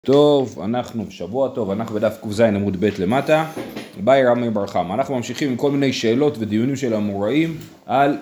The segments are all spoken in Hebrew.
טוב, שבוע טוב, אנחנו בדף ק"ז עמוד ב' למטה, באי רמי בר חמא. אנחנו ממשיכים עם כל מיני שאלות ודיונים של המוראים על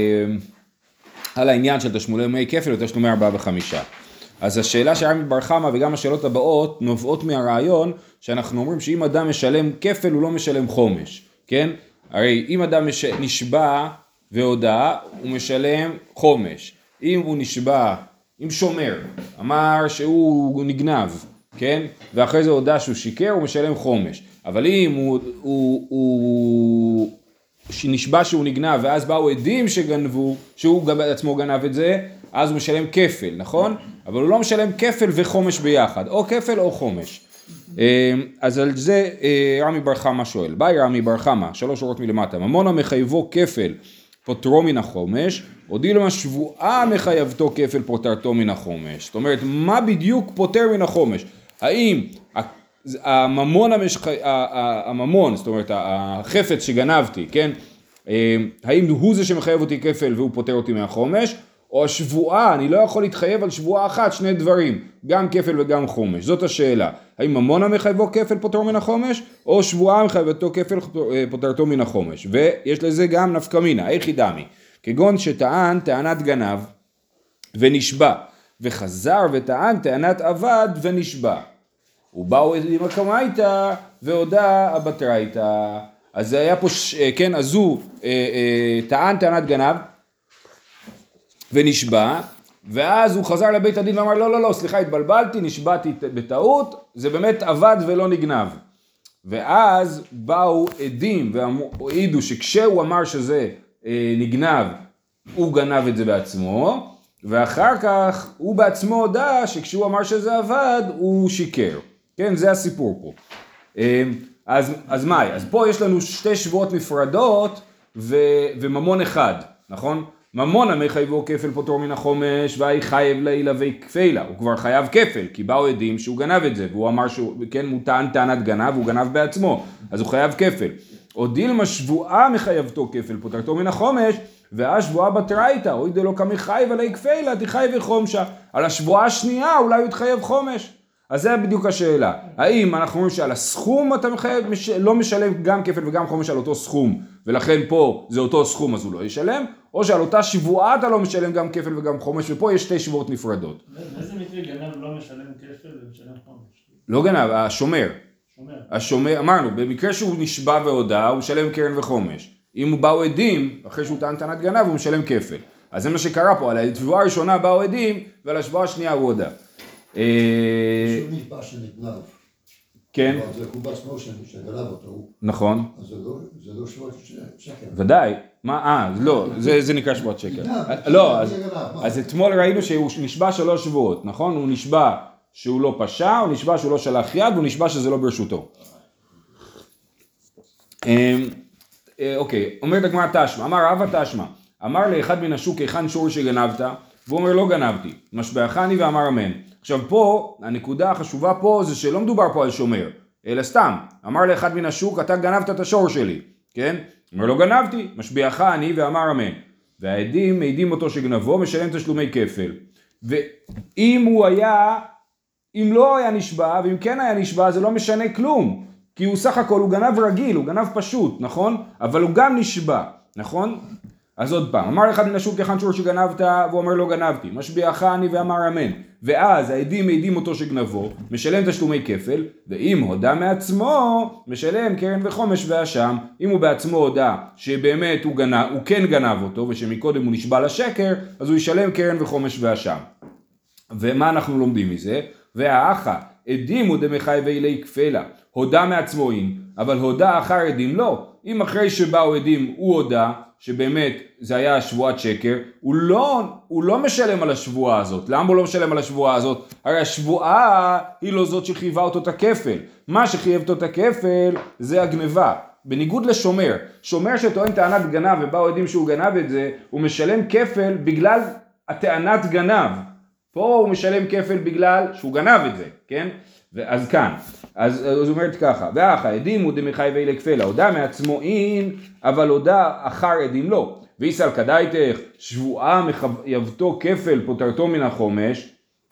העניין של תשלומי מי כפל ותשלומי 4 ו-5. אז השאלה של רמי בר חמא וגם השאלות הבאות נובעות מהרעיון שאנחנו אומרים שאם אדם משלם כפל הוא לא משלם חומש, כן? הרי אם אדם נשבע והודע הוא משלם חומש, אם הוא נשבע אם שומר, אמר שהוא נגנב, כן? ואחרי זה הודע שהוא שיקר, הוא משלם חומש. אבל אם הוא נשבע שהוא נגנב, ואז באו עדים שגנבו, שהוא בעצמו גנב את זה, אז הוא משלם כפל, נכון? אבל הוא לא משלם כפל וחומש ביחד, או כפל או חומש. אז על זה רמי בר חמא שואל. באי רמי בר חמא, 3 שורות מלמטה, ממון המחייבו כפל פוטרו מן החומש, או דילמה שבועה מחייבתו כפל פוטרתו מן החומש. זאת אומרת, מה בדיוק פוטר מן החומש? האם הממון, זאת אומרת, החפץ שגנבתי, כן? האם הוא זה שמחייב אותי כפל והוא פוטר אותי מהחומש? או השבועה, אני לא יכול להתחייב על שבועה אחת, שני דברים, גם כפל וגם חומש. זאת השאלה. האם ממון המחייבו כפל פוטרו מן החומש, או שבועה מחייבתו כפל פוטרתו מן החומש? ויש לזה גם נפקא מינה, איך ידמי? כגון שטען טענת גנב ונשבע, וחזר וטען טענת עבד ונשבע. ובאו עדים הקמייתא והודע הבטרייתא. אז זה היה פה, כן, אז הוא טען טענת גנב ונשבע, ואז הוא חזר לבית הדין ואמר לא, סליחה, התבלבלתי, נשבעתי בטעות, זה באמת עבד ולא נגנב. ואז באו עדים והעידו שכשהוא אמר שזה נגנב, הוא גנב את זה בעצמו, ואחר כך הוא בעצמו הודע שכשהוא אמר שזה עבד, הוא שיקר. כן, זה הסיפור פה. אז מה? אז פה יש לנו 2 שבועות נפרדות וממון אחד, נכון? ממון המחייבו כפל פוטרו מן החומש, והי חייב לילה וכפלה, הוא כבר חייב כפל, כי באו עדים שהוא גנב את זה, והוא אמר שהוא, כן, הוא טען טענת גנב, והוא גנב בעצמו, אז הוא חייב כפל. או דילמה שבועה מחייבתו כפל פוטרתו מן החומש, והשבועה בטרייתא, או ידלו כמחייב עלי כפלה, תחייב וחומשה. על השבועה השנייה אולי הוא יתחייב חומש. אז זה בדיוק השאלה. האם אנחנו אומרים שעל הסכום אתה לא משלם גם כפל וגם חומש על אותו סכום, ולכן פה זה אותו סכום אז הוא לא ישלם, או שעל אותה שבועה אתה לא משלם גם כפל וגם חומש, ופה יש 2 שבועות נפרדות. באיזה מקרה גנב לא משלם כפל ומשלם חומש? לא גנב, השומר, אמרנו, במקרה שהוא נשבע והודע, הוא משלם קרן וחומש. אם הוא באו עדים, אחרי שהוא טען טענת גנב, הוא משלם כפל. אז זה מה שקרה פה, על התביעה הראשונה באו עדים, ועל השבועה השנייה הוא הודע. שהוא נשבע שנגנב. כן. זה הוא בעצמו שגנב אותו. נכון. אז זה לא שבועת שקר. ודאי. לא, זה נקרא שבועת שקר. לא, אז אתמול ראינו שהוא נשבע 3 שבועות, נכון? הוא נשבע שהוא לא פשע, הוא נשבע שהוא לא שלח יד, והוא נשבע שזה לא ברשותו. אוקיי, אומרת הגמרא תשמע, אמר רבא תשמע, אמר לאחד מן השוק היכן שור שגנבת, והוא אומר לא גנבתי, משבעכני ואמר אמן. עכשיו פה, הנקודה החשובה פה זה שלא מדובר פה על שומר, אלא סתם, אמר לאחד מן השוק אתה גנבת את השור שלי, כן? אומר לא גנבתי, משבעכני ואמר אמן. והעדים מעידים אותו שגנבו, משלם תשלומי כפל. ואם לא היה נשבע, ואם כן היה נשבע, זה לא משנה כלום. כי הוא סך הכל, הוא גנב רגיל, הוא גנב פשוט, נכון? אבל הוא גם נשבע, נכון? אז עוד פעם, אמר אחד מן השוק היכן שור שגנבת, והוא אומר לא גנבתי, משביעכני ואמר אמן. ואז העדים מעידים אותו שגנבו, משלם תשלומי כפל, ואם הודע מעצמו, משלם קרן וחומש ואשם. אם הוא בעצמו הודע שבאמת הוא כן גנב אותו, ושמקודם הוא נשבע לשקר, אז הוא ישלם קרן וחומש ואשם. ומה אנחנו לומדים מזה? והאחה, עדים הוא דמחייב אלי כפלה, הודע מעצמו אבל הודע אחר עדים לא. אם אחרי שבאו עדים הוא הודע שבאמת זה היה שבועת שקר, הוא לא משלם על השבועה הזאת. למה הוא לא משלם על השבועה הזאת? הרי השבועה היא לא זאת שחייבה אותו את הכפל. מה שחייב אותו את הכפל זה הגנבה. בניגוד לשומר, שומר שטוען טענת גנב ובאו עדים שהוא גנב את זה, הוא משלם כפל בגלל הטענת גנב. פה הוא משלם כפל בגלל שהוא גנב את זה, כן? אז כאן, אז אומרת ככה, ואחא עדים הוא דמחייב אלי כפלה, הודע מעצמו אבל הודע אחר עדים לא. ואיסל כדאיתך שבועה מחייבתו כפל פוטרתו מן החומש,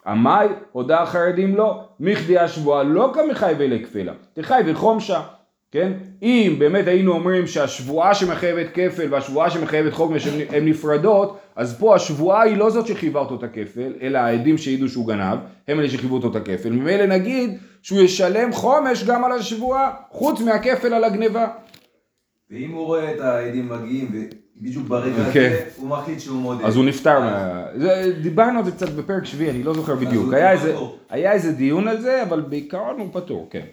עמי הודע החרדים לא, מכדי השבועה לא כמחייבי לכפלה, תחייבי חומשה, כן? אם באמת היינו אומרים שהשבועה שמחייבת כפל והשבועה שמחייבת חומש הן נפרדות, אז פה השבועה היא לא זאת שחייבה אותו את הכפל, אלא העדים שהעידו שהוא גנב, הם אלה שחייבו אותו את הכפל, ממילא נגיד שהוא ישלם חומש גם על השבועה, חוץ מהכפל על הגניבה. ואם הוא רואה את העדים מגיעים ובדיוק ברגע הזה, הוא מחליט שהוא מודה. אז הוא נפטר. דיברנו על זה קצת בפרק שביעי, אני לא זוכר בדיוק. היה איזה דיון על זה, אבל בעיקרון הוא פטור, כן.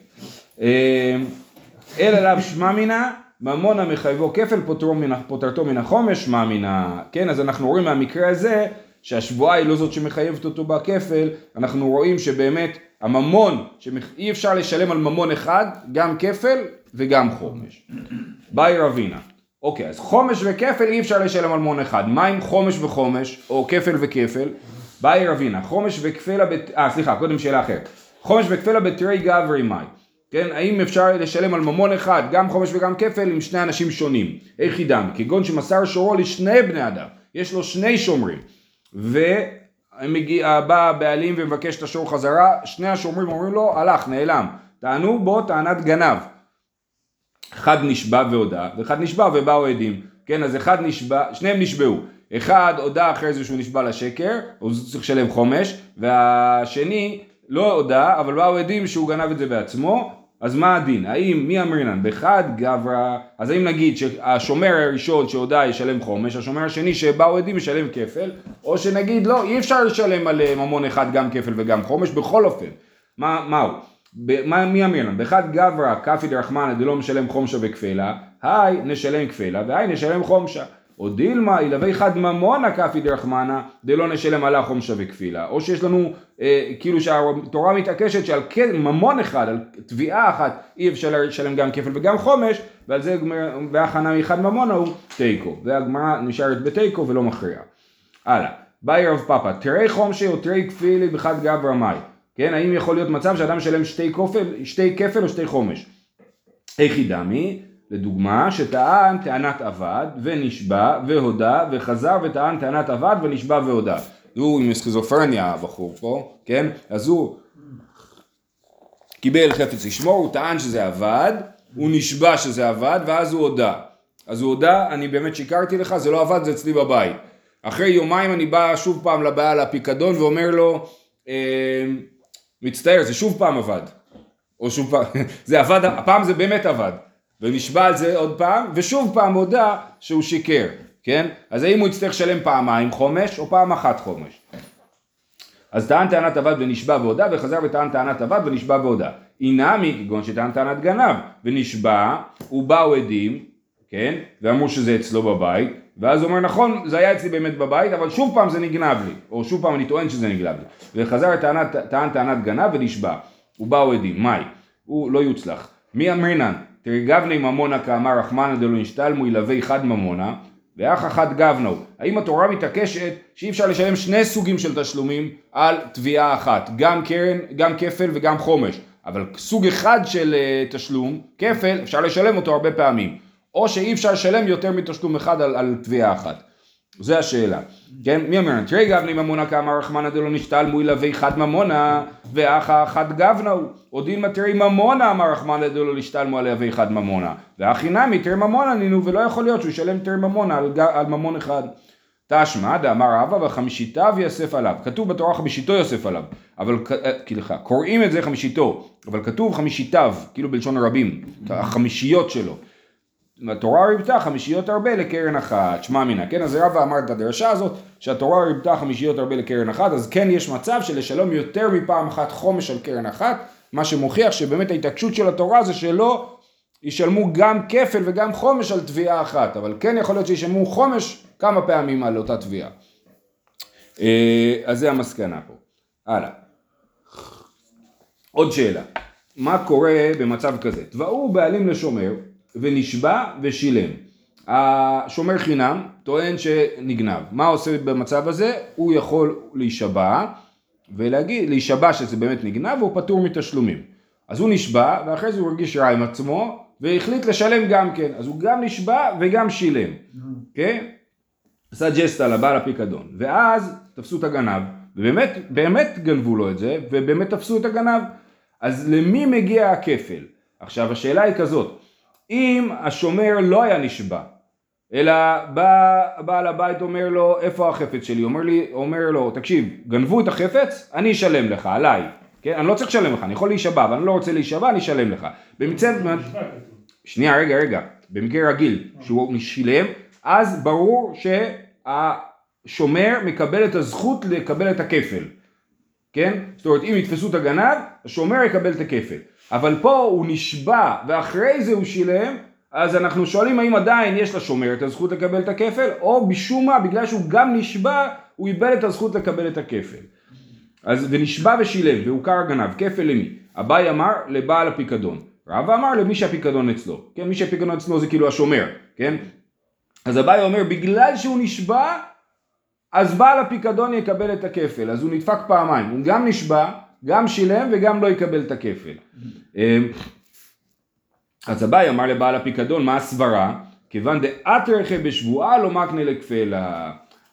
אל עליו שמע מינה, ממונה מחייבו כפל פוטרתו מן החומש שמע מינה. כן, אז אנחנו רואים מהמקרה הזה, שהשבועה היא לא זאת שמחייבת אותו בכפל, אנחנו רואים שבאמת הממון, אי אפשר לשלם על ממון אחד, גם כפל וגם חומש. ביי רבינה. אוקיי, אז חומש וכפל אי אפשר לשלם על ממון אחד. מה עם חומש וחומש, או כפל וכפל? ביי רבינה, חומש וכפלה, קודם שאלה אחרת. חומש וכפלה בתרי גברי מאי. כן, האם אפשר לשלם על ממון אחד, גם חומש וגם כפל, עם שני אנשים שונים? איך ידם? כגון שמסר שורו לשני בני אדם, יש לו שני שומרים, ובא הבעלים ומבקש את השור חזרה, שני השומרים אומרים לו, הלך, נעלם, טענו בו טענת גנב. אחד נשבע והודע, ואחד נשבע ובאו עדים. כן, אז אחד נשבע, שניהם נשבעו. אחד הודע אחרי זה שהוא נשבע לשקר, הוא צריך לשלם חומש, והשני לא הודע, אבל באו עדים שהוא גנב את זה בעצמו. אז מה הדין? האם מי אמרינן? באחד גברא, אז האם נגיד שהשומר הראשון שהודע ישלם חומש, השומר השני שבאו עדים ישלם כפל, או שנגיד לא, אי אפשר לשלם על ממון אחד גם כפל וגם חומש, בכל אופן. מהו? מי אמרינן? באחד גברא כפי דרחמנא דלא משלם חומשה וכפלה, היי נשלם כפלה והי נשלם חומשה. או דילמה ילווה חד ממונה כפי דרחמנא דלא נשלם עלה חומשה וכפילה, או שיש לנו כאילו שהתורה מתעקשת שעל ממון אחד, על תביעה אחת אי אפשר לשלם גם כפל וגם חומש, ועל זה והכנה מחד ממונה הוא תיקו, והגמרא נשארת בתיקו ולא מכריע. הלאה, ביי רב פאפא, תרי חומשי או תרי כפילי בחד גברא מאי, כן, האם יכול להיות מצב שאדם שלם שתי כפל או שתי חומש? איך ידמי? לדוגמה, שטען טענת עבד ונשבע והודע וחזר וטען טענת עבד ונשבע והודע. הוא עם סכיזופרניה הבחור פה, כן? אז הוא קיבל חפץ לשמור, הוא טען שזה עבד, הוא נשבע שזה עבד ואז הוא הודע. אז הוא הודע, אני באמת שיקרתי לך, זה לא עבד, זה אצלי בבית. אחרי יומיים אני בא שוב פעם לבעל הפיקדון ואומר לו, מצטער, זה שוב פעם עבד. או שוב פעם, זה עבד, הפעם זה באמת עבד. ונשבע על זה עוד פעם, ושוב פעם הודע שהוא שיקר, כן? אז האם הוא יצטרך לשלם פעמיים חומש, או פעם אחת חומש? אז טען טענת עבד ונשבע והודע, וחזר וטען טענת עבד ונשבע והודע. אינמי, כגון שטען טענת גנב, ונשבע, ובאו עדים, כן? ואמרו שזה אצלו בבית, ואז הוא אומר, נכון, זה היה אצלי באמת בבית, אבל שוב פעם זה נגנב לי, או שוב פעם אני טוען שזה נגנב לי. וחזר טען טענת גנב ונשבע, ובאו עדים, מאי? הוא לא יוצלח. מי אמרינן? תרגבני ממונה כאמר רחמנא דלא נשתלמו ילווה חד ממונה ואח אחד גבנו. האם התורה מתעקשת שאי אפשר לשלם שני סוגים של תשלומים על תביעה אחת, גם קרן, גם כפל וגם חומש, אבל סוג אחד של תשלום, כפל, אפשר לשלם אותו הרבה פעמים, או שאי אפשר לשלם יותר מתשלום אחד על תביעה אחת. זו השאלה. כן? מי אומר? תראי גבני ממונה כאמר רחמנא דלא נשתלמו ילווה חד ממונה ואח אחד גבנו. או דילמה תראי ממונה אמר רחמנא דלא נשתלמו ילווה חד ממונה. ואחי נמי תראי ממונה נינו, ולא יכול להיות שהוא ישלם תראי ממונה על ממון אחד. תשמע דאמר רבא וחמישיתיו יאסף עליו. כתוב בתורה חמישיתו יאסף עליו. אבל קוראים את זה חמישיתו, אבל כתוב חמישיתיו, כאילו בלשון רבים, החמישיות שלו. התורה ריבתה חמישיות הרבה לקרן אחת, שמע מינה, כן? אז רבא אמר את הדרשה הזאת, שהתורה ריבתה חמישיות הרבה לקרן אחת, אז כן יש מצב של לשלום יותר מפעם אחת חומש על קרן אחת, מה שמוכיח שבאמת ההתעקשות של התורה זה שלא ישלמו גם כפל וגם חומש על תביעה אחת, אבל כן יכול להיות שישלמו חומש כמה פעמים על אותה תביעה. אז זה המסקנה פה. הלאה. עוד שאלה, מה קורה במצב כזה? תבעו בעלים לשומר, ונשבע ושילם. השומר חינם טוען שנגנב. מה עושה במצב הזה? הוא יכול להישבע ולהגיד, להישבע שזה באמת נגנב והוא פטור מתשלומים. אז הוא נשבע ואחרי זה הוא הרגיש רע עם עצמו והחליט לשלם גם כן. אז הוא גם נשבע וגם שילם. כן? עשה ג'סטה לבעל הפיקדון. ואז תפסו את הגנב באמת גנבו לו את זה, ובאמת תפסו את הגנב. אז למי מגיע הכפל? עכשיו השאלה היא כזאת, אם השומר לא היה נשבע, אלא בעל הבית אומר לו, איפה החפץ שלי? אומר לו, תקשיב, גנבו את החפץ, אני אשלם לך, עליי. כן? אני לא צריך לשלם לך, אני יכול להישבע, אבל אני לא רוצה להישבע, אני אשלם לך. שנייה, רגע, במקרה רגיל, שהוא שילם, אז ברור שהשומר מקבל את הזכות לקבל את הכפל. כן? זאת אומרת, אם יתפסו את הגנב, השומר יקבל את הכפל. אבל פה הוא נשבע, ואחרי זה הוא שילם, אז אנחנו שואלים האם עדיין יש לשומר את הזכות לקבל את הכפל, או בשום מה, בגלל שהוא גם נשבע, הוא איבד את הזכות לקבל את הכפל. אז ונשבע ושילם, והוכר הגנב, כפל למי? אביי אמר לבעל הפיקדון, רב אמר למי שהפיקדון אצלו, כן? מי שהפיקדון אצלו זה כאילו השומר, כן? אז אביי אומר, בגלל שהוא נשבע, אז בעל הפיקדון יקבל את הכפל, אז הוא נדפק פעמיים, הוא גם נשבע, גם שילם וגם לא יקבל את הכפל. אז אביי אמר לבעל הפיקדון, מה הסברה? כיוון דאתרכה בשבועה לא מקנה לכפלה.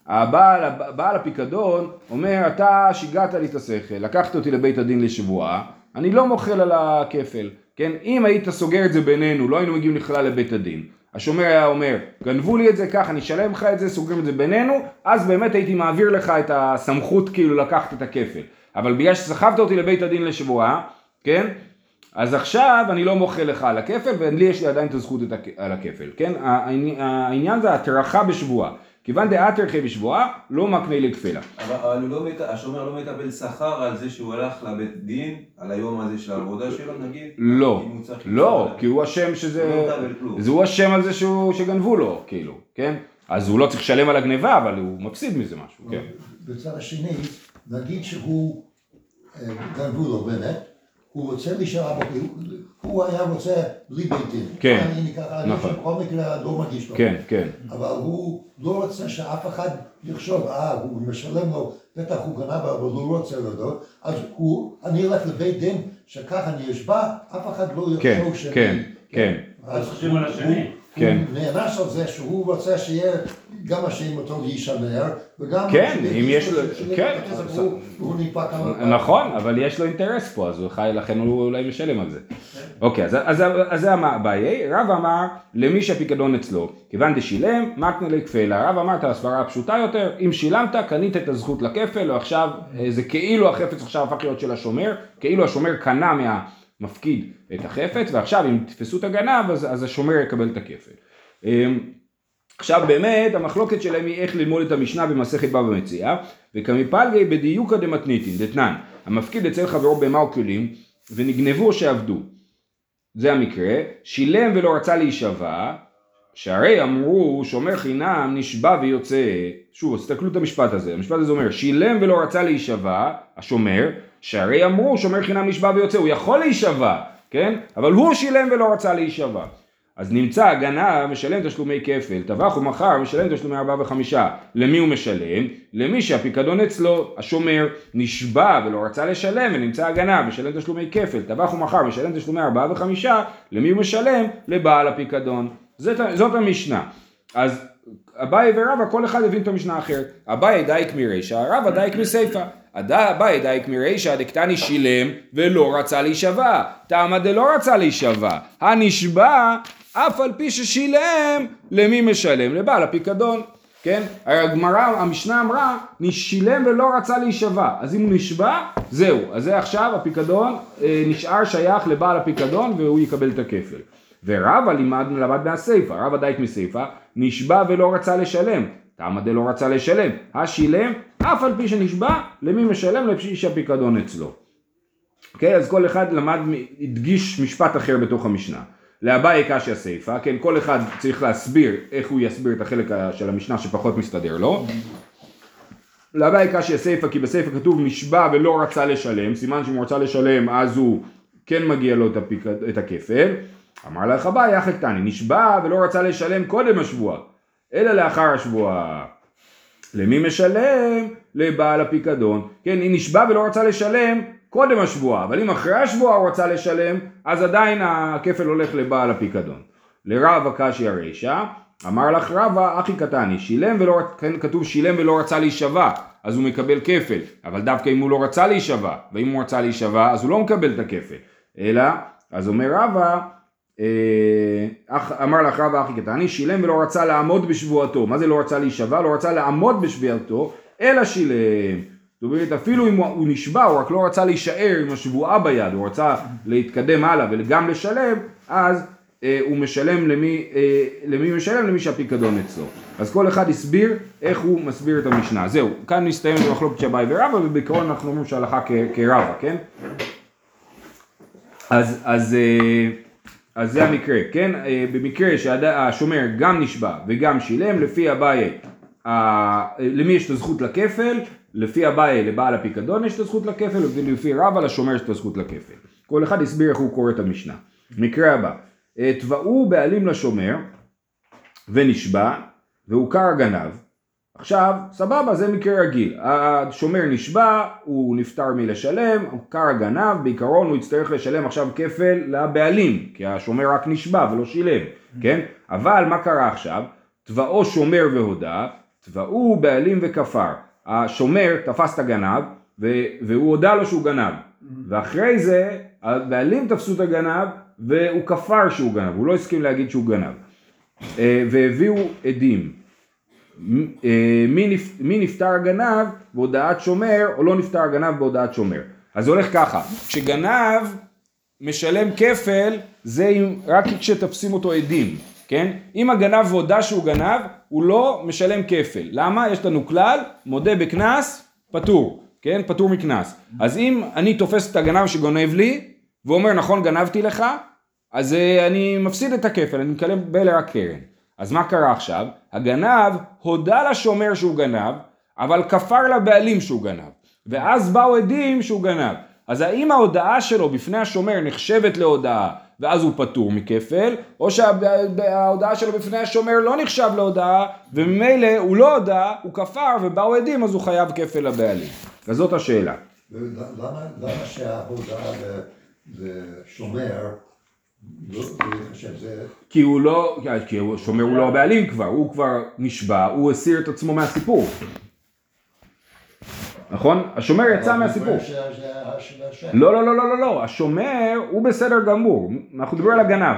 בעל הפיקדון אומר, אתה שיגעת לי את השכל, לקחת אותי לבית הדין לשבועה, אני לא מוחל על הכפל, כן? אם היית סוגר את זה בינינו, לא היינו מגיעים לכלל לבית הדין. השומר היה אומר, גנבו לי את זה כך, אני אשלם לך את זה, סוגרים את זה בינינו, אז באמת הייתי מעביר לך את הסמכות כאילו לקחת את הכפל. אבל בגלל שסחבת אותי לבית הדין לשבועה, כן? אז עכשיו אני לא מוחל לך על הכפל, ולי יש לי עדיין את הזכות על הכפל, כן? העניין זה התרחה בשבועה. כיוון דאתרכה בשבועה, לא מקנה לכפלה. אבל השומר לא מקבל שכר על זה שהוא הלך לבית דין, על היום הזה של העבודה שלו נגיד? לא, כי הוא אשם שזה... הוא אשם על זה שגנבו לו, כאילו, כן? אז הוא לא צריך לשלם על הגניבה, אבל הוא מפסיד מזה משהו, כן? בצד השני, נגיד שהוא גנבו לו באמת, הוא רוצה להישאר, הוא היה רוצה בלי בית דין. כן, נכון. בכל מקרה לא מגיש לו. כן. אבל הוא לא רוצה שאף אחד יחשוב, הוא משלם לו, בטח הוא גנב, אבל הוא לא רוצה לדעת. אז אני אלך לבית דין, שכך אני אשבע, אף אחד לא יחשוב שאני... כן. אז חושבים על השני. הוא נענש על זה שהוא רוצה שיהיה גם השם אותו להישמר, וגם... כן, אם יש לו... כן. הוא נדפק על... נכון, אבל יש לו אינטרס פה, אז לכן הוא אולי משלם על זה. אוקיי, אז זה אביי, רב אמר למי שהפיקדון אצלו, כיוון דשילם, מקנה לכפלה. רב אמר את הסברה הפשוטה יותר, אם שילמת, קנית את הזכות לכפל, או עכשיו זה כאילו החפץ עכשיו הפך להיות של השומר, כאילו השומר קנה מפקיד את החפץ, ועכשיו אם תפסו את הגנב, אז השומר יקבל את הכפל. עכשיו באמת, המחלוקת שלהם היא איך ללמוד את המשנה במסכת בבא מציעא, וכמפלגי בדיוקא דמתניתין, דתנן, המפקיד אצל חברו בהמה או כלים, ונגנבו או שעבדו. זה המקרה, שילם ולא רצה להישבע, שהרי אמרו, שומר חינם נשבע ויוצא, שוב, תסתכלו את המשפט הזה, המשפט הזה אומר, שילם ולא רצה להישבע, השומר, שהרי אמרו, שומר חינם נשבע ויוצא, הוא יכול להישבע, כן? אבל הוא שילם ולא רצה להישבע. אז נמצא הגנב משלם תשלומי כפל, טבח ומכר משלם תשלומי 4 ו5. למי הוא משלם? למי שהפיקדון אצלו, השומר נשבע ולא רצה לשלם, ונמצא הגנב משלם תשלומי כפל, טבח ומכר משלם תשלומי 4 ו5. למי הוא משלם? לבעל הפיקדון. זאת המשנה. אז אביי ורבא כל אחד הבין את המשנה אחרת. אביי דייק מרישא, רבא דייק מסיפא. אביי דייק מרישא דקתני שילם ולא רצה להישבע. טעמא דלא רצה להישבע. הנשבע אף על פי ששילם, למי משלם? לבעל הפיקדון. כן? הגמרא, המשנה אמרה, שילם ולא רצה להישבע. אז אם הוא נשבע, זהו. אז זה עכשיו הפיקדון נשאר שייך לבעל הפיקדון והוא יקבל את הכפל. ורבא למד מהסיפא, רבא דייק מסיפא, נשבע ולא רצה לשלם. טעמא דלא רצה לשלם. השילם, אף על פי שנשבע, למי משלם? לפי שהפיקדון אצלו. אוקיי? אז כל אחד הדגיש משפט אחר בתוך המשנה. לאביי קשיא סיפא, כן, כל אחד צריך להסביר איך הוא יסביר את החלק של המשנה שפחות מסתדר לו. לאביי קשיא סיפא, כי בסיפא כתוב נשבע ולא רצה לשלם, סימן שאם הוא רצה לשלם אז הוא כן מגיע לו את הכפל. אמר לך אביי אחי קטני, נשבע ולא רצה לשלם קודם השבוע, אלא לאחר השבוע. למי משלם? לבעל הפיקדון. כן, אם נשבע ולא רצה לשלם קודם השבוע, אבל אם אחרי השבוע הוא רצה לשלם, אז עדיין הכפל הולך לבעל הפיקדון. לרבא קשיא רישא, אמר לך רבא אחי קטני, שילם ולא, כן, כתוב שילם ולא רצה להישבע, אז הוא מקבל כפל, אבל דווקא אם הוא לא רצה להישבע, ואם הוא רצה להישבע אז הוא לא מקבל את הכפל, אלא, אז אומר רבא, אמר לך רבא אחי קטני, שילם ולא רצה לעמוד בשבועתו. מה זה לא רצה להישבע? לא רצה לעמוד בשבועתו, אלא שילם. זאת אומרת, אפילו אם הוא נשבע, הוא רק לא רצה להישאר עם השבועה ביד, הוא רצה להתקדם הלאה וגם לשלם, אז הוא משלם למי משלם? למי שהפיקדון אצלו. אז כל אחד הסביר איך הוא מסביר את המשנה. זהו, כאן נסתיים את המחלוקת של אביי ורבא, ובעיקרון אנחנו אומרים שההלכה כרבא, כן? אז זה המקרה, כן? במקרה שהשומר גם נשבע וגם שילם, לפי אביי, למי יש את הזכות לכפל? לפי אביי לבעל הפיקדון יש את הזכות לכפל, ולפי רבא לשומר יש את הזכות לכפל. כל אחד הסביר איך הוא קורא את המשנה. מקרה הבא, תבעו בעלים לשומר ונשבע והוכר הגנב. עכשיו, סבבה, זה מקרה רגיל. השומר נשבע, הוא נפטר מלשלם, הוכר הגנב, בעיקרון הוא יצטרך לשלם עכשיו כפל לבעלים, כי השומר רק נשבע ולא שילם, כן? אבל מה קרה עכשיו? תבעו שומר והודע, תבעו בעלים וכפר. השומר תפס את הגנב והוא הודע לו שהוא גנב, ואחרי זה הבעלים תפסו את הגנב והוא כפר שהוא גנב, הוא לא הסכים להגיד שהוא גנב, והביאו עדים. מי נפטר הגנב בהודעת שומר או לא נפטר הגנב בהודעת שומר. אז זה הולך ככה, כשגנב משלם כפל זה רק כשתפסים אותו עדים, כן? אם הגנב הודע שהוא גנב הוא לא משלם כפל. למה? יש לנו כלל, מודה בקנס פטור, כן? פטור מקנס. אז אם אני תופס את הגנב שגונב לי ואומר נכון גנבתי לך, אז אני מפסיד את הכפל, אני מקבל רק קרן. אז מה קרה עכשיו? הגנב הודע לשומר שהוא גנב, אבל כפר לבעלים שהוא גנב. ואז באו עדים שהוא גנב. אז האם ההודעה שלו בפני השומר נחשבת להודעה, ואז הוא פטור מכפל, או שההודעה שלו בפני השומר לא נחשב להודעה, וממילא הוא לא הודע, הוא כפר, ובאו עדים, אז הוא חייב כפל לבעלים. אז זאת השאלה. למה שההודעה לשומר לא יחשב זה? כי הוא לא, כי השומר הוא לא הבעלים כבר, הוא כבר נשבע, הוא הסיר את עצמו מהסיפור. נכון? השומר יצא מהסיפור. לא, השומר הוא בסדר גמור, אנחנו מדברים על הגנב.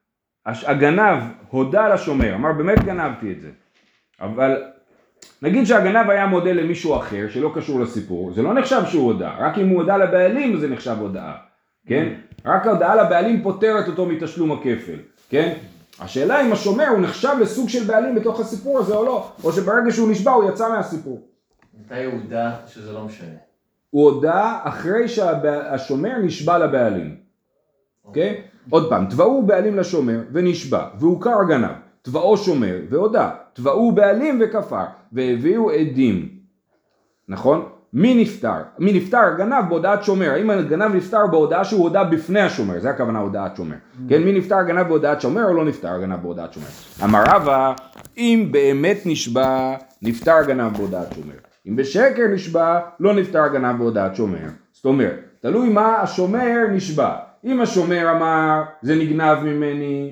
הגנב הודע לשומר, אמר באמת גנבתי את זה. אבל נגיד שהגנב היה מודה למישהו אחר שלא קשור לסיפור, זה לא נחשב שהוא הודע, רק אם הוא הודע לבעלים זה נחשב הודעה, כן? רק ההודעה לבעלים פותרת אותו מתשלום הכפל, כן? השאלה אם השומר הוא נחשב לסוג של בעלים בתוך הסיפור הזה או לא, או שברגע שהוא נשבע הוא יצא מהסיפור. מתי הוא הודע שזה לא משנה? הוא הודע אחרי שהשומר נשבע לבעלים. אוקיי? עוד פעם, תבעו בעלים לשומר ונשבע, והוכר הגנב. תבעו שומר והודע. תבעו בעלים וכפר, והביאו עדים. נכון? מי נפטר? מי נפטר? הגנב בהודעת שומר. האם הגנב נפטר בהודעה שהוא הודע בפני השומר? זה הכוונה הודעת שומר. כן? מי נפטר הגנב בהודעת שומר או לא נפטר הגנב בהודעת שומר? אמר רבא, אם באמת נשבע, נפטר הגנב בהודעת שומר. אם בשקר נשבע, לא נפטר הגנב בהודעת שומר. זאת אומרת, תלוי מה השומר נשבע. אם השומר אמר, זה נגנב ממני,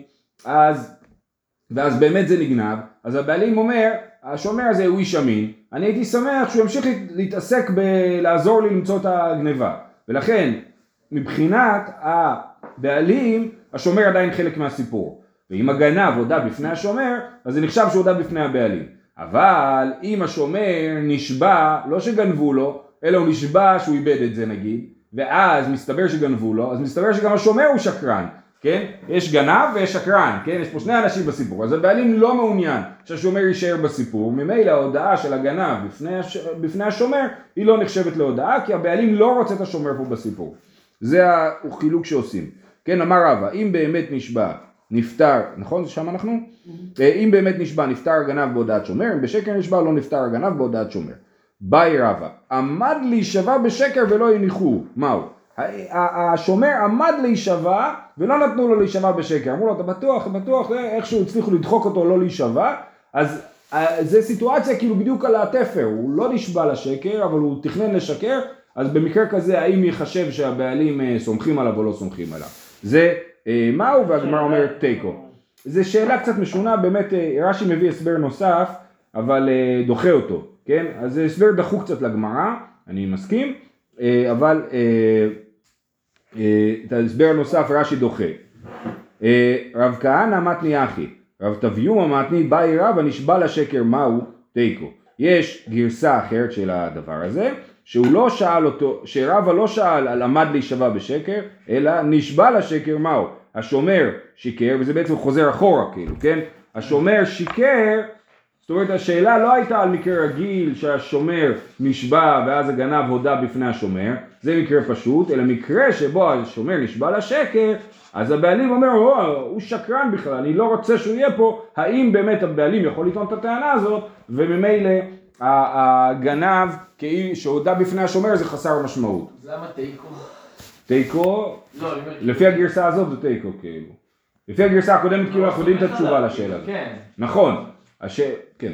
ואז באמת זה נגנב, אז הבעלים אומר, השומר הזה הוא איש אמין, אני הייתי שמח שהוא ימשיך להתעסק בלעזור לי למצוא את הגניבה. ולכן, מבחינת הבעלים, השומר עדיין חלק מהסיפור. ואם הגנב הודע בפני השומר, אז זה נחשב שהוא הודע בפני הבעלים. אבל אם השומר נשבע, לא שגנבו לו, אלא הוא נשבע שהוא איבד את זה נגיד, ואז מסתבר שגנבו לו, אז מסתבר שגם השומר הוא שקרן, כן? יש גנב ויש שקרן, כן? יש פה שני אנשים בסיפור, אז הבעלים לא מעוניין שהשומר יישאר בסיפור, ממילא ההודעה של הגנב בפני השומר היא לא נחשבת להודעה, כי הבעלים לא רוצה את השומר פה בסיפור. זה החילוק שעושים. כן, אמר רבא, אם באמת נשבע, נפטר, נכון? שם אנחנו? אם באמת נשבע, נפטר הגנב בהודעת שומר, אם בשקר נשבע, לא נפטר הגנב בהודעת שומר. ביי רבא, עמד להישבע בשקר ולא הניחו. מהו? השומר עמד להישבע ולא נתנו לו להישבע בשקר. אמרו לו, אתה בטוח, איכשהו הצליחו לדחוק אותו לא להישבע. אז זה סיטואציה כאילו בדיוק על התפר, הוא לא נשבע לשקר, אבל הוא תכנן לשקר, אז במקרה כזה, האם יחשב שהבעלים סומכים עליו או לא סומכים עליו? זה מהו, והגמרא אומרת תיקו. זו שאלה קצת משונה, באמת רש"י מביא הסבר נוסף, אבל דוחה אותו. כן? אז זה הסבר דחוק קצת לגמרא, אני מסכים, אבל את ההסבר הנוסף רש"י דוחה. רב כהנא מתני אחי, רב תביומא מתני באי רבא נשבע לשקר מהו תיקו. יש גרסה אחרת של הדבר הזה, שהוא לא שאל אותו, שרבא לא שאל על עמד להישבע בשקר, אלא נשבע לשקר מהו. השומר שיקר, וזה בעצם חוזר אחורה כאילו, כן? השומר שיקר, זאת אומרת השאלה לא הייתה על מקרה רגיל שהשומר נשבע ואז הגנב הודה בפני השומר, זה מקרה פשוט, אלא מקרה שבו השומר נשבע לשקר, אז הבעלים אומר, הוא שקרן בכלל, אני לא רוצה שהוא יהיה פה, האם באמת הבעלים יכול לטעון את הטענה הזאת, וממילא הגנב שהודה בפני השומר זה חסר משמעות. אז למה תיקו? תיקו, לא, לפי הגרסה הזאת זה תיקו כאילו. לפי הגרסה הקודמת כאילו אנחנו יודעים את התשובה לשאלה הזאת. כן. נכון, כן.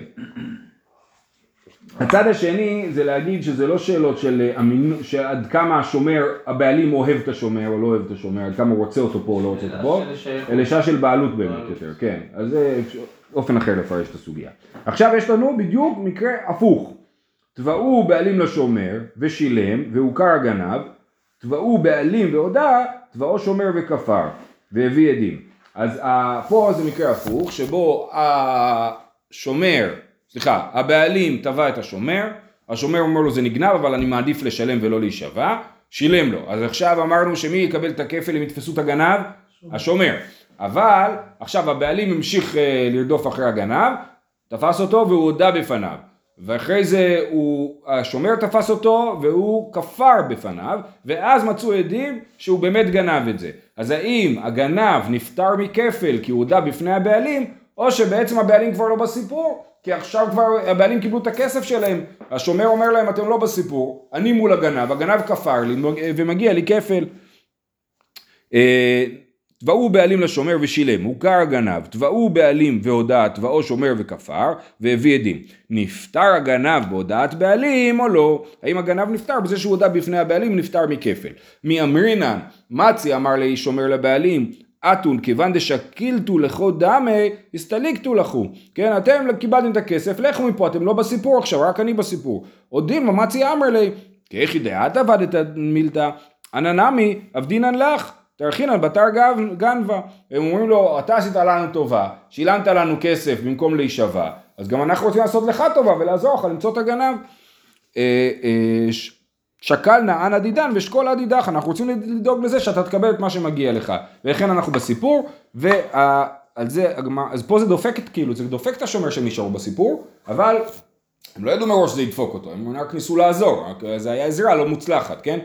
הצד השני זה להגיד שזה לא שאלות של עד כמה השומר, הבעלים אוהב את השומר או לא אוהב את השומר, עד כמה הוא רוצה אותו פה או לא רוצה אותו פה, אלא שאלה של בעלות באמת יותר, כן. אז זה אופן אחר לפרש את הסוגיה. עכשיו יש לנו בדיוק מקרה הפוך. תבעו בעלים לשומר ושילם והוכר הגנב, תבעו בעלים והודע, תבעו שומר וכפר והביא עדים. אז פה זה מקרה הפוך שבו הבעלים תבע את השומר, השומר אומר לו זה נגנב אבל אני מעדיף לשלם ולא להישבע, שילם לו. אז עכשיו אמרנו שמי יקבל את הכפל אם יתפסו את הגנב? השומר. אבל עכשיו הבעלים המשיך לרדוף אחרי הגנב, תפס אותו והוא הודה בפניו. ואחרי זה השומר תפס אותו והוא כפר בפניו, ואז מצאו עדים שהוא באמת גנב את זה. אז האם הגנב נפטר מכפל כי הוא הודה בפני הבעלים, או שבעצם הבעלים כבר לא בסיפור, כי עכשיו כבר הבעלים קיבלו את הכסף שלהם, השומר אומר להם אתם לא בסיפור, אני מול הגנב, הגנב כפר לי ומגיע לי כפל. תבעו בעלים לשומר ושילם, הוכר הגנב, תבעו בעלים והודעת, תבעו שומר וכפר, והביא עדים. נפטר הגנב בהודעת בעלים או לא? האם הגנב נפטר בזה שהוא הודה בפני הבעלים, נפטר מכפל. מי אמרינן, מצי אמר לי שומר לבעלים, אתון כיוון דשקילתו לכו דמי, הסתליקתו לכו. כן, אתם קיבלתם את הכסף, לכו מפה, אתם לא בסיפור עכשיו, רק אני בסיפור. עודים, מצי אמר לי, כאיכי דעת עבדת מילתא, אננמי, עבדינן לך. תרחינן בתר גנבה, הם אומרים לו אתה עשית לנו טובה, שילמת לנו כסף במקום להישבע, אז גם אנחנו רוצים לעשות לך טובה ולעזור לך למצוא את הגנב. שקלנה אנא דידן ושקול עדידך, אנחנו רוצים לדאוג לזה שאתה תקבל את מה שמגיע לך, ולכן אנחנו בסיפור, ועל זה, אז פה זה דופק כאילו, זה דופק את השומר שהם נשארו בסיפור, אבל הם לא ידעו מראש שזה ידפוק אותו, הם רק ניסו לעזור, זה היה עזרה לא מוצלחת, כן?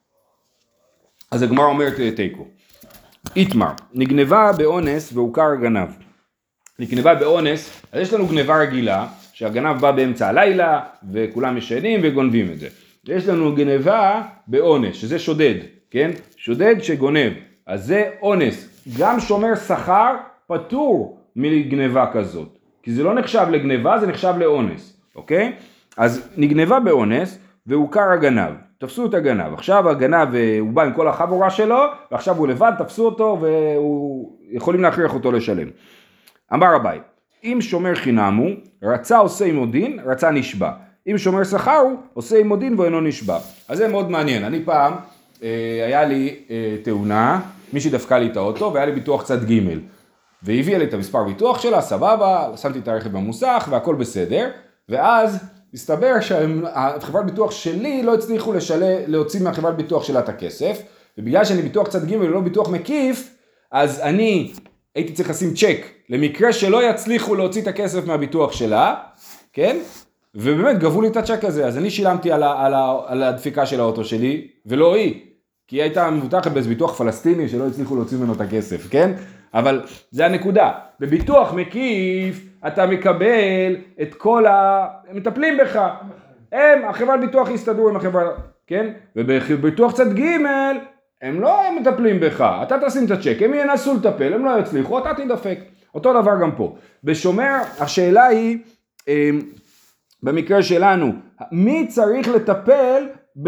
אז הגמרא אומרת תיקו. איתמר, נגנבה באונס והוכר גנב. נגנבה באונס, אז יש לנו גנבה רגילה, שהגנב בא באמצע הלילה, וכולם ישנים וגונבים את זה. יש לנו גנבה באונס, שזה שודד, כן? שודד שגונב. אז זה אונס. גם שומר שכר פטור מגנבה כזאת. כי זה לא נחשב לגנבה, זה נחשב לאונס. אוקיי? אז נגנבה באונס והוכר הגנב. תפסו את הגנב, עכשיו הגנב הוא בא עם כל החבורה שלו, ועכשיו הוא לבד, תפסו אותו ויכולים להכריח אותו לשלם. אמר אביי, אם שומר חינם הוא, רצה עושה עמו דין, רצה נשבע. אם שומר שכר הוא, עושה עמו דין ואינו נשבע. אז זה מאוד מעניין, אני פעם, היה לי תאונה, מישהי דפקה לי את האוטו, והיה לי ביטוח צד ג' והביאה לי את המספר ביטוח שלה, סבבה, שמתי את הרכב במוסך והכל בסדר, ואז מסתבר שהחברת ביטוח שלי לא הצליחו להוציא מהחברת ביטוח שלה את הכסף, ובגלל שאני ביטוח צד ג' ולא ביטוח מקיף, אז אני הייתי צריך לשים צ'ק, למקרה שלא יצליחו להוציא את הכסף מהביטוח שלה, כן? ובאמת גבו לי את הצ'ק הזה, אז אני שילמתי על הדפיקה של האוטו שלי, ולא היא, כי היא הייתה מבוטחת באיזה ביטוח פלסטיני שלא הצליחו להוציא ממנו את הכסף, כן? אבל זה הנקודה, בביטוח מקיף אתה מקבל את כל מטפלים בך, החברת ביטוח יסתדרו עם החברה, כן? ובביטוח צד ג' הם לא מטפלים בך, אתה תשים את הצ'ק, הם ינסו לטפל, הם לא יצליחו, אתה תדפק. אותו דבר גם פה. בשומר, השאלה היא, במקרה שלנו, מי צריך לטפל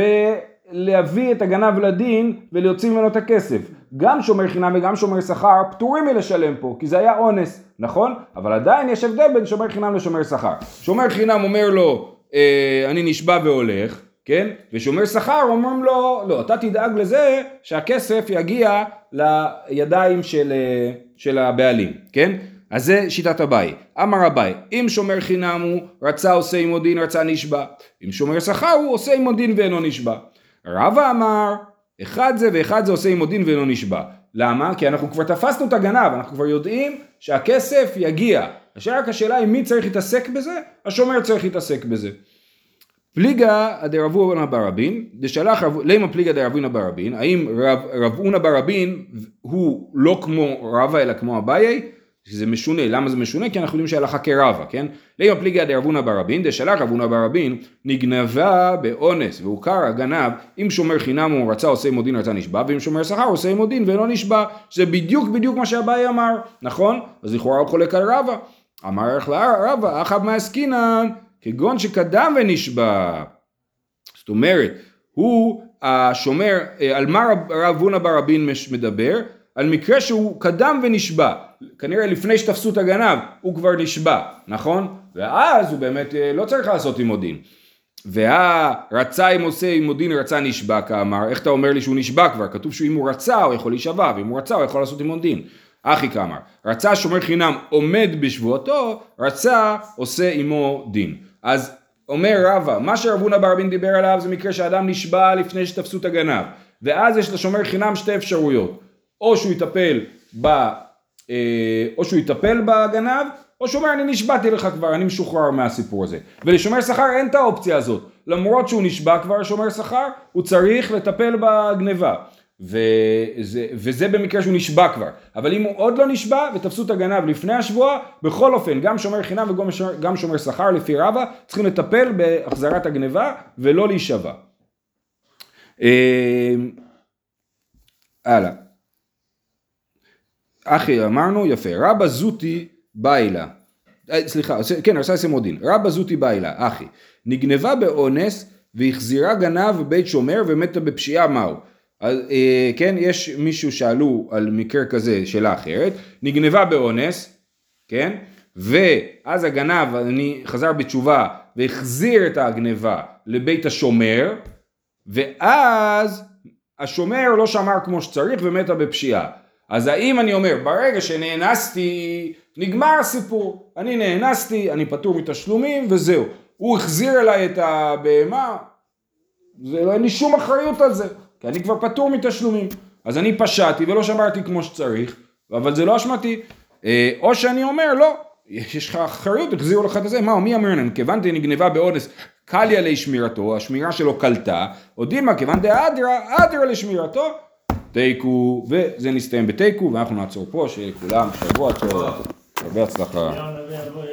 להביא את הגנב לדין ולהוציא ממנו את הכסף? גם שומר חינם וגם שומר שכר פטורים מלשלם פה, כי זה היה אונס, נכון? אבל עדיין יש הבדל בין שומר חינם לשומר שכר. שומר חינם אומר לו, אני נשבע והולך, כן? ושומר שכר אומרים לו, לא, אתה תדאג לזה שהכסף יגיע לידיים של הבעלים, כן? אז זה שיטת אביי. אמר אביי, אם שומר חינם הוא רצה עושה עמו דין רצה נשבע, אם שומר שכר הוא עושה עמו דין ואינו נשבע. רבא אמר, אחד זה ואחד זה עושה עמו דין ואינו נשבע. למה? כי אנחנו כבר תפסנו את הגנב, אנחנו כבר יודעים שהכסף יגיע. רק השאלה היא מי צריך להתעסק בזה? השומר צריך להתעסק בזה. פליגה דרב הונא בר רבין, דשלח למה פליגה דרב הונא בר רבין, האם רב הונא בר רבין הוא לא כמו רבא אלא כמו אביי? שזה משונה, למה זה משונה? כי אנחנו יודעים שהלכה כרבא, כן? למה פליגה דרב הונא בר רבין, דשלח רב הונא בר רבין, נגנבה באונס והוכר הגנב, אם שומר חינם הוא רצה עושה עמו דין רצה נשבע, ואם שומר שכר עושה עמו דין ואינו נשבע, שזה בדיוק מה שאביי אמר, נכון? אז לכאורה הוא חולק על רבא. אמר לך רבא, אחאב מעסקינן, כגון שקדם ונשבע. זאת אומרת, הוא השומר, על מה רב הונא בר רבין מדבר? על מקרה שהוא קדם ונשבע. כנראה לפני שתפסו את הגנב, הוא כבר נשבע, נכון? ואז הוא באמת לא צריך לעשות עמו דין. והרצה אם עושה עמו דין רצה נשבע, כאמר, איך אתה אומר לי שהוא נשבע כבר? כתוב שאם הוא רצה הוא יכול להישבע, ואם הוא רצה הוא יכול לעשות עמו דין. אחי כאמר, רצה שומר חינם עומד בשבועתו, רצה עושה עמו דין. אז אומר רבא, מה שרב הונא בר רבין דיבר עליו זה מקרה שאדם נשבע לפני שתפסו את הגנב, ואז יש לשומר חינם שתי אפשרויות, או שהוא יטפל בגנב, או שאומר אני נשבעתי לך כבר, אני משוחרר מהסיפור הזה. ולשומר שכר אין את האופציה הזאת, למרות שהוא נשבע כבר שומר שכר, הוא צריך לטפל בגניבה. וזה במקרה שהוא נשבע כבר, אבל אם הוא עוד לא נשבע ותפסו את הגנב לפני השבוע, בכל אופן גם שומר חינם וגם שומר שכר לפי רבא צריכים לטפל בהחזרת הגניבה ולא להישבע. הלאה. אחי אמרנו יפה, רבא זוטי ביילה, סליחה, כן, עשה עמו דין, רבא זוטי ביילה, אחי, נגנבה באונס והחזירה גנב בבית שומר ומתה בפשיעה מהו. אז, כן, יש מישהו שאלו על מקרה כזה שאלה אחרת, נגנבה באונס, כן, ואז הגנב חזר בתשובה והחזיר את הגנבה לבית השומר, ואז השומר לא שמר כמו שצריך ומתה בפשיעה. אז האם אני אומר, ברגע שנאנסתי, נגמר הסיפור, אני נאנסתי, אני פטור מתשלומים וזהו, הוא החזיר אליי את הבהמה, זה לא, אין לי שום אחריות על זה. כי אני כבר פטור מתשלומים, אז אני פשעתי ולא שמרתי כמו שצריך, אבל זה לא אשמתי, או שאני אומר לא, יש לך אחריות, החזירו לך את זה, מה, מי אמרנו, כיוון נגנבה באונס, קל עלי שמירתו, השמירה שלו קלטה, או דימה, כיוון אדרה לשמירתו, תיקו, וזה נסתיים בתיקו, ואנחנו נעצור פה, שכולם שבוע טוב, הרבה הצלחה.